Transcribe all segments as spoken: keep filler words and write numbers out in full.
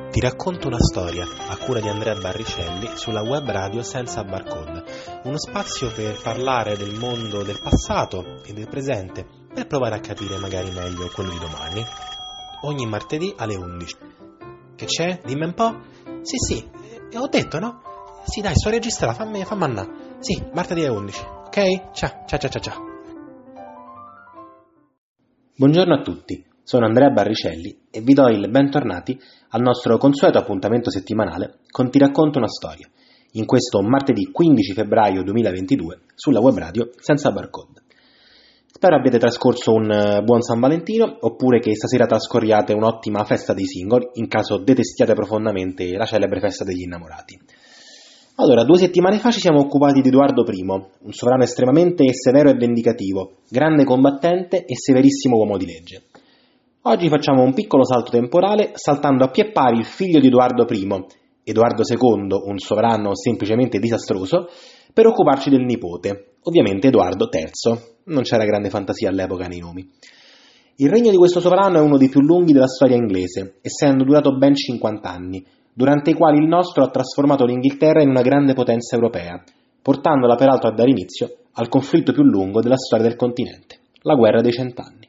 Ti racconto una storia, a cura di Andrea Barricelli, sulla web radio Senza Barcode, uno spazio per parlare del mondo del passato e del presente, per provare a capire magari meglio quello di domani. Ogni martedì alle undici. Che c'è? Dimmi un po'? Sì, sì, eh, ho detto, no? Sì, dai, sto registrando, fammi, fammi andare. Sì, martedì alle undici, ok? Ciao, ciao, ciao, ciao, ciao. Buongiorno a tutti, sono Andrea Barricelli e vi do il bentornati al nostro consueto appuntamento settimanale con Ti racconto una storia, in questo martedì quindici febbraio duemilaventidue sulla web radio Senza Barcode. Spero abbiate trascorso un buon San Valentino, oppure che stasera trascorriate un'ottima festa dei singoli, in caso detestiate profondamente la celebre festa degli innamorati. Allora, due settimane fa ci siamo occupati di Edoardo primo, un sovrano estremamente severo e vendicativo, grande combattente e severissimo uomo di legge. Oggi facciamo un piccolo salto temporale, saltando a pie pari il figlio di Edoardo primo, Edoardo secondo, un sovrano semplicemente disastroso, per occuparci del nipote, ovviamente Edoardo terzo. Non c'era grande fantasia all'epoca nei nomi. Il regno di questo sovrano è uno dei più lunghi della storia inglese, essendo durato ben cinquanta anni, durante i quali il nostro ha trasformato l'Inghilterra in una grande potenza europea, portandola peraltro a dare inizio al conflitto più lungo della storia del continente, la guerra dei cent'anni.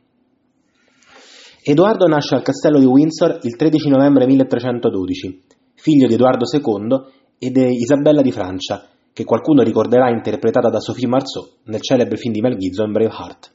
Edoardo nasce al castello di Windsor il tredici novembre milletrecentododici, figlio di Edoardo secondo e di Isabella di Francia, che qualcuno ricorderà interpretata da Sophie Marceau nel celebre film di Mel Gibson Braveheart.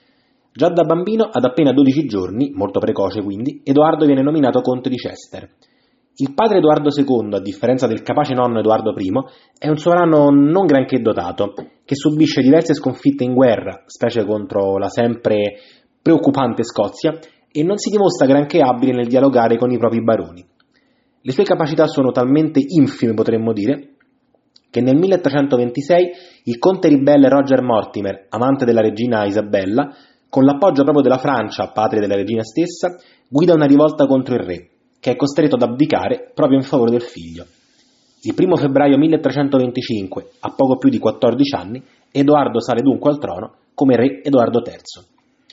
Già da bambino, ad appena dodici giorni, molto precoce quindi, Edoardo viene nominato conte di Chester. Il padre Edoardo secondo, a differenza del capace nonno Edoardo primo, è un sovrano non granché dotato, che subisce diverse sconfitte in guerra, specie contro la sempre preoccupante Scozia, e non si dimostra granché abile nel dialogare con i propri baroni. Le sue capacità sono talmente infime, potremmo dire, che nel milletrecentoventisei il conte ribelle Roger Mortimer, amante della regina Isabella, con l'appoggio proprio della Francia, patria della regina stessa, guida una rivolta contro il re, che è costretto ad abdicare proprio in favore del figlio. Il primo febbraio milletrecentoventicinque, a poco più di quattordici anni, Edoardo sale dunque al trono come re Edoardo terzo.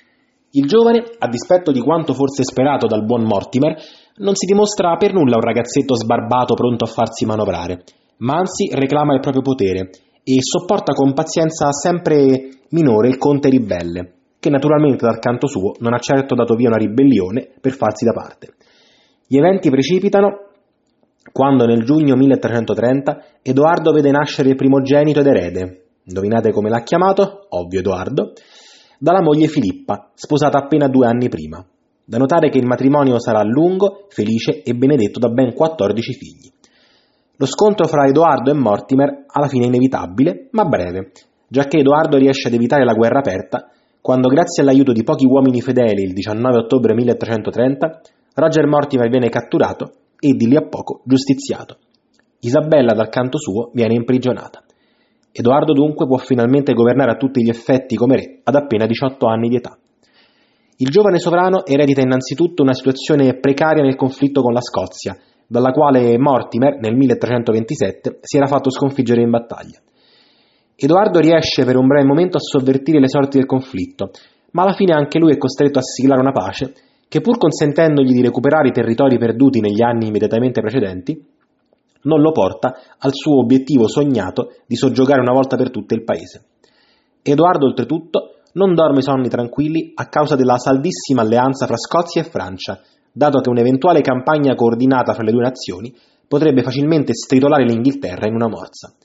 Il giovane, a dispetto di quanto forse sperato dal buon Mortimer, non si dimostra per nulla un ragazzetto sbarbato pronto a farsi manovrare, ma anzi reclama il proprio potere e sopporta con pazienza sempre minore il conte ribelle, che naturalmente dal canto suo non ha certo dato via una ribellione per farsi da parte. Gli eventi precipitano quando nel giugno milletrecentotrenta Edoardo vede nascere il primogenito ed erede, indovinate come l'ha chiamato? Ovvio Edoardo, dalla moglie Filippa, sposata appena due anni prima. Da notare che il matrimonio sarà lungo, felice e benedetto da ben quattordici figli. Lo scontro fra Edoardo e Mortimer alla fine è inevitabile, ma breve, giacché Edoardo riesce ad evitare la guerra aperta quando, grazie all'aiuto di pochi uomini fedeli, il diciannove ottobre milletrecentotrenta, Roger Mortimer viene catturato e di lì a poco giustiziato. Isabella, dal canto suo, viene imprigionata. Edoardo dunque può finalmente governare a tutti gli effetti come re ad appena diciotto anni di età. Il giovane sovrano eredita innanzitutto una situazione precaria nel conflitto con la Scozia, dalla quale Mortimer nel milletrecentoventisette si era fatto sconfiggere in battaglia. Edoardo riesce per un breve momento a sovvertire le sorti del conflitto, ma alla fine anche lui è costretto a siglare una pace che, pur consentendogli di recuperare i territori perduti negli anni immediatamente precedenti, non lo porta al suo obiettivo sognato di soggiogare una volta per tutte il paese. Edoardo, oltretutto, non dorme sonni tranquilli a causa della saldissima alleanza fra Scozia e Francia, dato che un'eventuale campagna coordinata fra le due nazioni potrebbe facilmente stritolare l'Inghilterra in una morsa.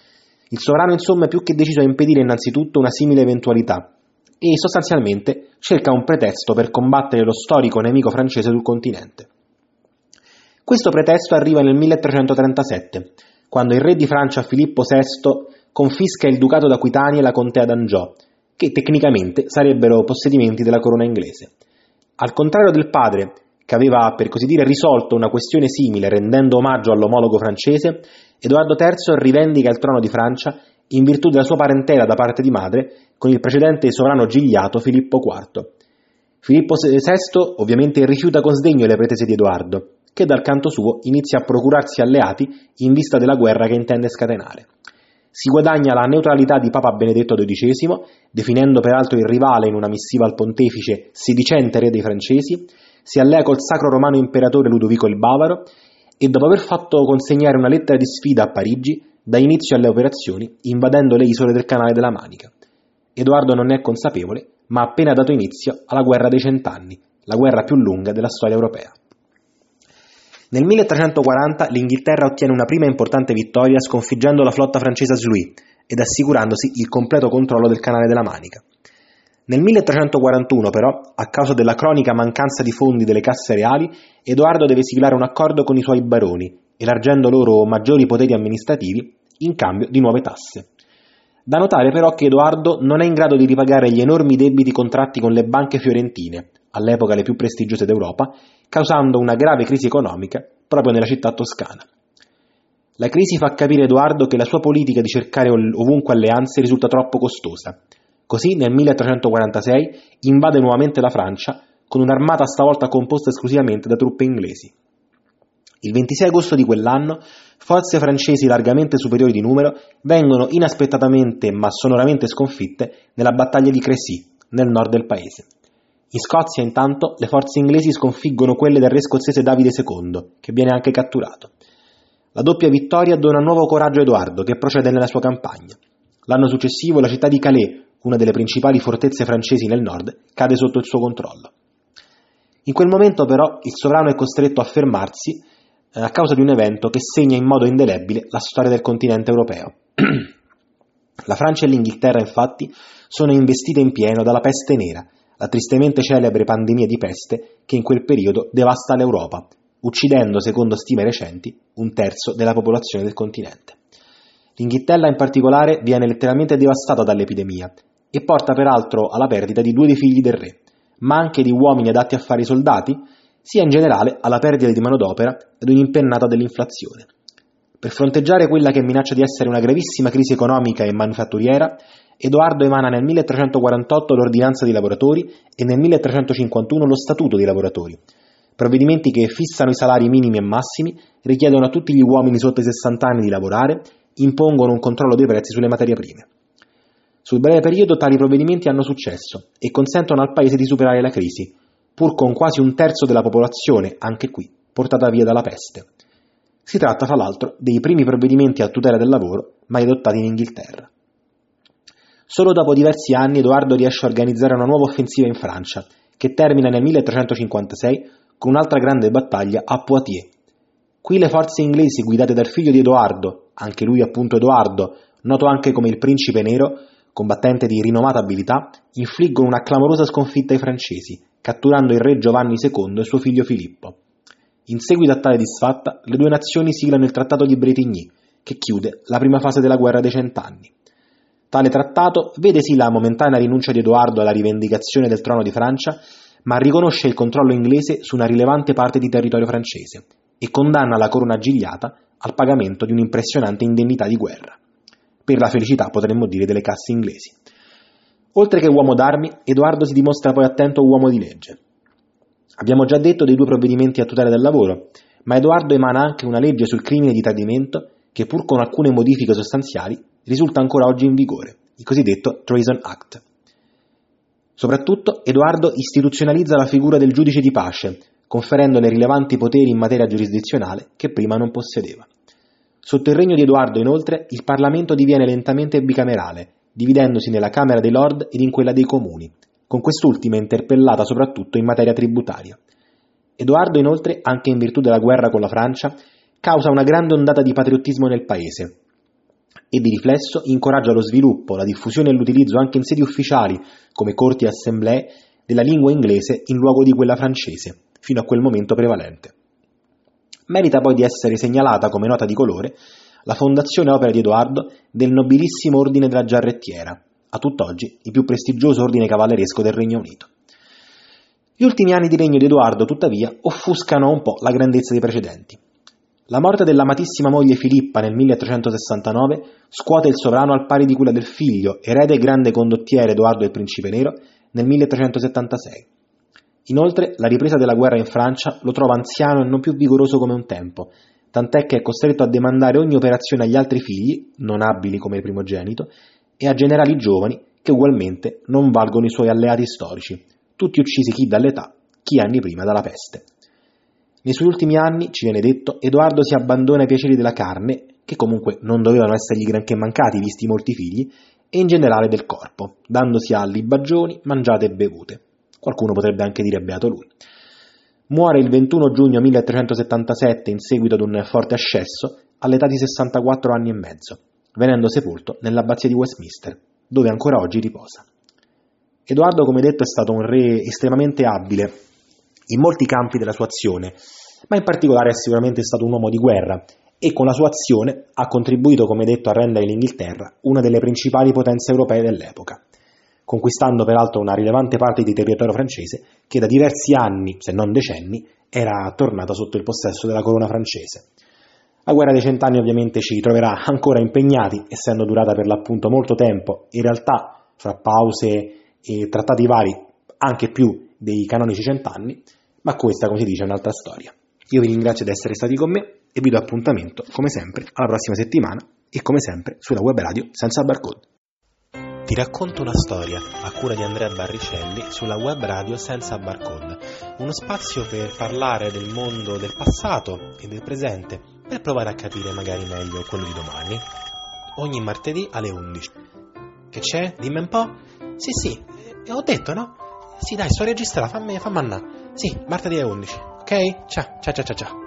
Il sovrano, insomma, è più che deciso a impedire innanzitutto una simile eventualità e sostanzialmente cerca un pretesto per combattere lo storico nemico francese sul continente. Questo pretesto arriva nel milletrecentotrentasette, quando il re di Francia Filippo sesto confisca il ducato d'Aquitania e la contea d'Angiò, che tecnicamente sarebbero possedimenti della corona inglese. Al contrario del padre, che aveva per così dire risolto una questione simile rendendo omaggio all'omologo francese, Edoardo terzo rivendica il trono di Francia in virtù della sua parentela da parte di madre con il precedente sovrano gigliato Filippo quarto. Filippo sesto ovviamente rifiuta con sdegno le pretese di Edoardo, che dal canto suo inizia a procurarsi alleati in vista della guerra che intende scatenare. Si guadagna la neutralità di Papa Benedetto dodicesimo, definendo peraltro il rivale in una missiva al pontefice sedicente re dei francesi, si allea col sacro romano imperatore Ludovico il Bavaro e dopo aver fatto consegnare una lettera di sfida a Parigi, dà inizio alle operazioni invadendo le isole del Canale della Manica. Edoardo non ne è consapevole, ma ha appena dato inizio alla Guerra dei Cent'anni, la guerra più lunga della storia europea. Nel milletrecentoquaranta l'Inghilterra ottiene una prima importante vittoria sconfiggendo la flotta francese a Sluis ed assicurandosi il completo controllo del Canale della Manica. Nel milletrecentoquarantuno, però, a causa della cronica mancanza di fondi delle casse reali, Edoardo deve siglare un accordo con i suoi baroni, elargendo loro maggiori poteri amministrativi in cambio di nuove tasse. Da notare però che Edoardo non è in grado di ripagare gli enormi debiti contratti con le banche fiorentine, all'epoca le più prestigiose d'Europa, causando una grave crisi economica proprio nella città toscana. La crisi fa capire a Edoardo che la sua politica di cercare ovunque alleanze risulta troppo costosa. Così nel milletrecentoquarantasei invade nuovamente la Francia con un'armata stavolta composta esclusivamente da truppe inglesi. Il ventisei agosto di quell'anno forze francesi largamente superiori di numero vengono inaspettatamente ma sonoramente sconfitte nella battaglia di Crécy, nel nord del paese. In Scozia, intanto, le forze inglesi sconfiggono quelle del re scozzese Davide secondo, che viene anche catturato. La doppia vittoria dona nuovo coraggio a Edoardo, che procede nella sua campagna. L'anno successivo la città di Calais, una delle principali fortezze francesi nel nord, cade sotto il suo controllo. In quel momento, però, il sovrano è costretto a fermarsi eh, a causa di un evento che segna in modo indelebile la storia del continente europeo. La Francia e l'Inghilterra, infatti, sono investite in pieno dalla peste nera, la tristemente celebre pandemia di peste che in quel periodo devasta l'Europa, uccidendo, secondo stime recenti, un terzo della popolazione del continente. L'Inghilterra in particolare viene letteralmente devastata dall'epidemia e porta peraltro alla perdita di due dei figli del re, ma anche di uomini adatti a fare i soldati, sia in generale alla perdita di manodopera ed un'impennata dell'inflazione. Per fronteggiare quella che minaccia di essere una gravissima crisi economica e manufatturiera, Edoardo emana nel milletrecentoquarantotto l'ordinanza dei lavoratori e nel milletrecentocinquantuno lo statuto dei lavoratori, provvedimenti che fissano i salari minimi e massimi, richiedono a tutti gli uomini sotto i sessanta anni di lavorare, impongono un controllo dei prezzi sulle materie prime. Sul breve periodo tali provvedimenti hanno successo e consentono al paese di superare la crisi, pur con quasi un terzo della popolazione, anche qui, portata via dalla peste. Si tratta, fra l'altro, dei primi provvedimenti a tutela del lavoro mai adottati in Inghilterra. Solo dopo diversi anni Edoardo riesce a organizzare una nuova offensiva in Francia, che termina nel milletrecentocinquantasei con un'altra grande battaglia a Poitiers. Qui le forze inglesi, guidate dal figlio di Edoardo, anche lui appunto Edoardo, noto anche come il Principe Nero, combattente di rinomata abilità, infliggono una clamorosa sconfitta ai francesi, catturando il re Giovanni secondo e suo figlio Filippo. In seguito a tale disfatta, le due nazioni siglano il Trattato di Bretigny, che chiude la prima fase della Guerra dei Cent'anni. Tale trattato vede sì la momentanea rinuncia di Edoardo alla rivendicazione del trono di Francia, ma riconosce il controllo inglese su una rilevante parte di territorio francese e condanna la corona gigliata al pagamento di un'impressionante indennità di guerra. Per la felicità, potremmo dire, delle casse inglesi. Oltre che uomo d'armi, Edoardo si dimostra poi attento uomo di legge. Abbiamo già detto dei due provvedimenti a tutela del lavoro, ma Edoardo emana anche una legge sul crimine di tradimento che, pur con alcune modifiche sostanziali, risulta ancora oggi in vigore, il cosiddetto Treason Act. Soprattutto, Edoardo istituzionalizza la figura del giudice di pace, conferendone rilevanti poteri in materia giurisdizionale che prima non possedeva. Sotto il regno di Edoardo, inoltre, il Parlamento diviene lentamente bicamerale, dividendosi nella Camera dei Lord ed in quella dei Comuni, con quest'ultima interpellata soprattutto in materia tributaria. Edoardo, inoltre, anche in virtù della guerra con la Francia, causa una grande ondata di patriottismo nel paese e di riflesso incoraggia lo sviluppo, la diffusione e l'utilizzo anche in sedi ufficiali, come corti e assemblee, della lingua inglese in luogo di quella francese, fino a quel momento prevalente. Merita poi di essere segnalata come nota di colore la fondazione a opera di Edoardo del nobilissimo Ordine della Giarrettiera, a tutt'oggi il più prestigioso ordine cavalleresco del Regno Unito. Gli ultimi anni di regno di Edoardo, tuttavia, offuscano un po' la grandezza dei precedenti. La morte dell'amatissima moglie Filippa nel milletrecentosessantanove scuote il sovrano al pari di quella del figlio, erede e grande condottiere Edoardo il Principe Nero, nel milletrecentosettantasei. Inoltre, la ripresa della guerra in Francia lo trova anziano e non più vigoroso come un tempo, tant'è che è costretto a demandare ogni operazione agli altri figli, non abili come il primogenito, e a generali giovani che ugualmente non valgono i suoi alleati storici, tutti uccisi chi dall'età, chi anni prima dalla peste. Nei suoi ultimi anni, ci viene detto, Edoardo si abbandona ai piaceri della carne, che comunque non dovevano essergli granché mancati visti i molti figli, e in generale del corpo, dandosi a libagioni, mangiate e bevute. Qualcuno potrebbe anche dire beato lui. Muore il ventuno giugno milletrecentosettantasette in seguito ad un forte ascesso, all'età di sessantaquattro anni e mezzo, venendo sepolto nell'abbazia di Westminster, dove ancora oggi riposa. Edoardo, come detto, è stato un re estremamente abile in molti campi della sua azione, ma in particolare è sicuramente stato un uomo di guerra e con la sua azione ha contribuito, come detto, a rendere l'Inghilterra una delle principali potenze europee dell'epoca, conquistando peraltro una rilevante parte di territorio francese che da diversi anni, se non decenni, era tornata sotto il possesso della corona francese. La guerra dei cent'anni ovviamente ci troverà ancora impegnati, essendo durata per l'appunto molto tempo, in realtà fra pause e trattati vari anche più dei canonici cent'anni, ma questa, come si dice, è un'altra storia. Io vi ringrazio di essere stati con me e vi do appuntamento, come sempre, alla prossima settimana e come sempre sulla web radio senza barcode. Ti racconto una storia a cura di Andrea Barricelli sulla web radio senza barcode, uno spazio per parlare del mondo del passato e del presente, per provare a capire magari meglio quello di domani. Ogni martedì alle undici. Che c'è? Dimmi un po'? Sì, sì, ho detto, no? Sì, dai, sto registrando, fammi, fammi andare. Sì, martedì alle undici, ok? Ciao, ciao, ciao, ciao, ciao.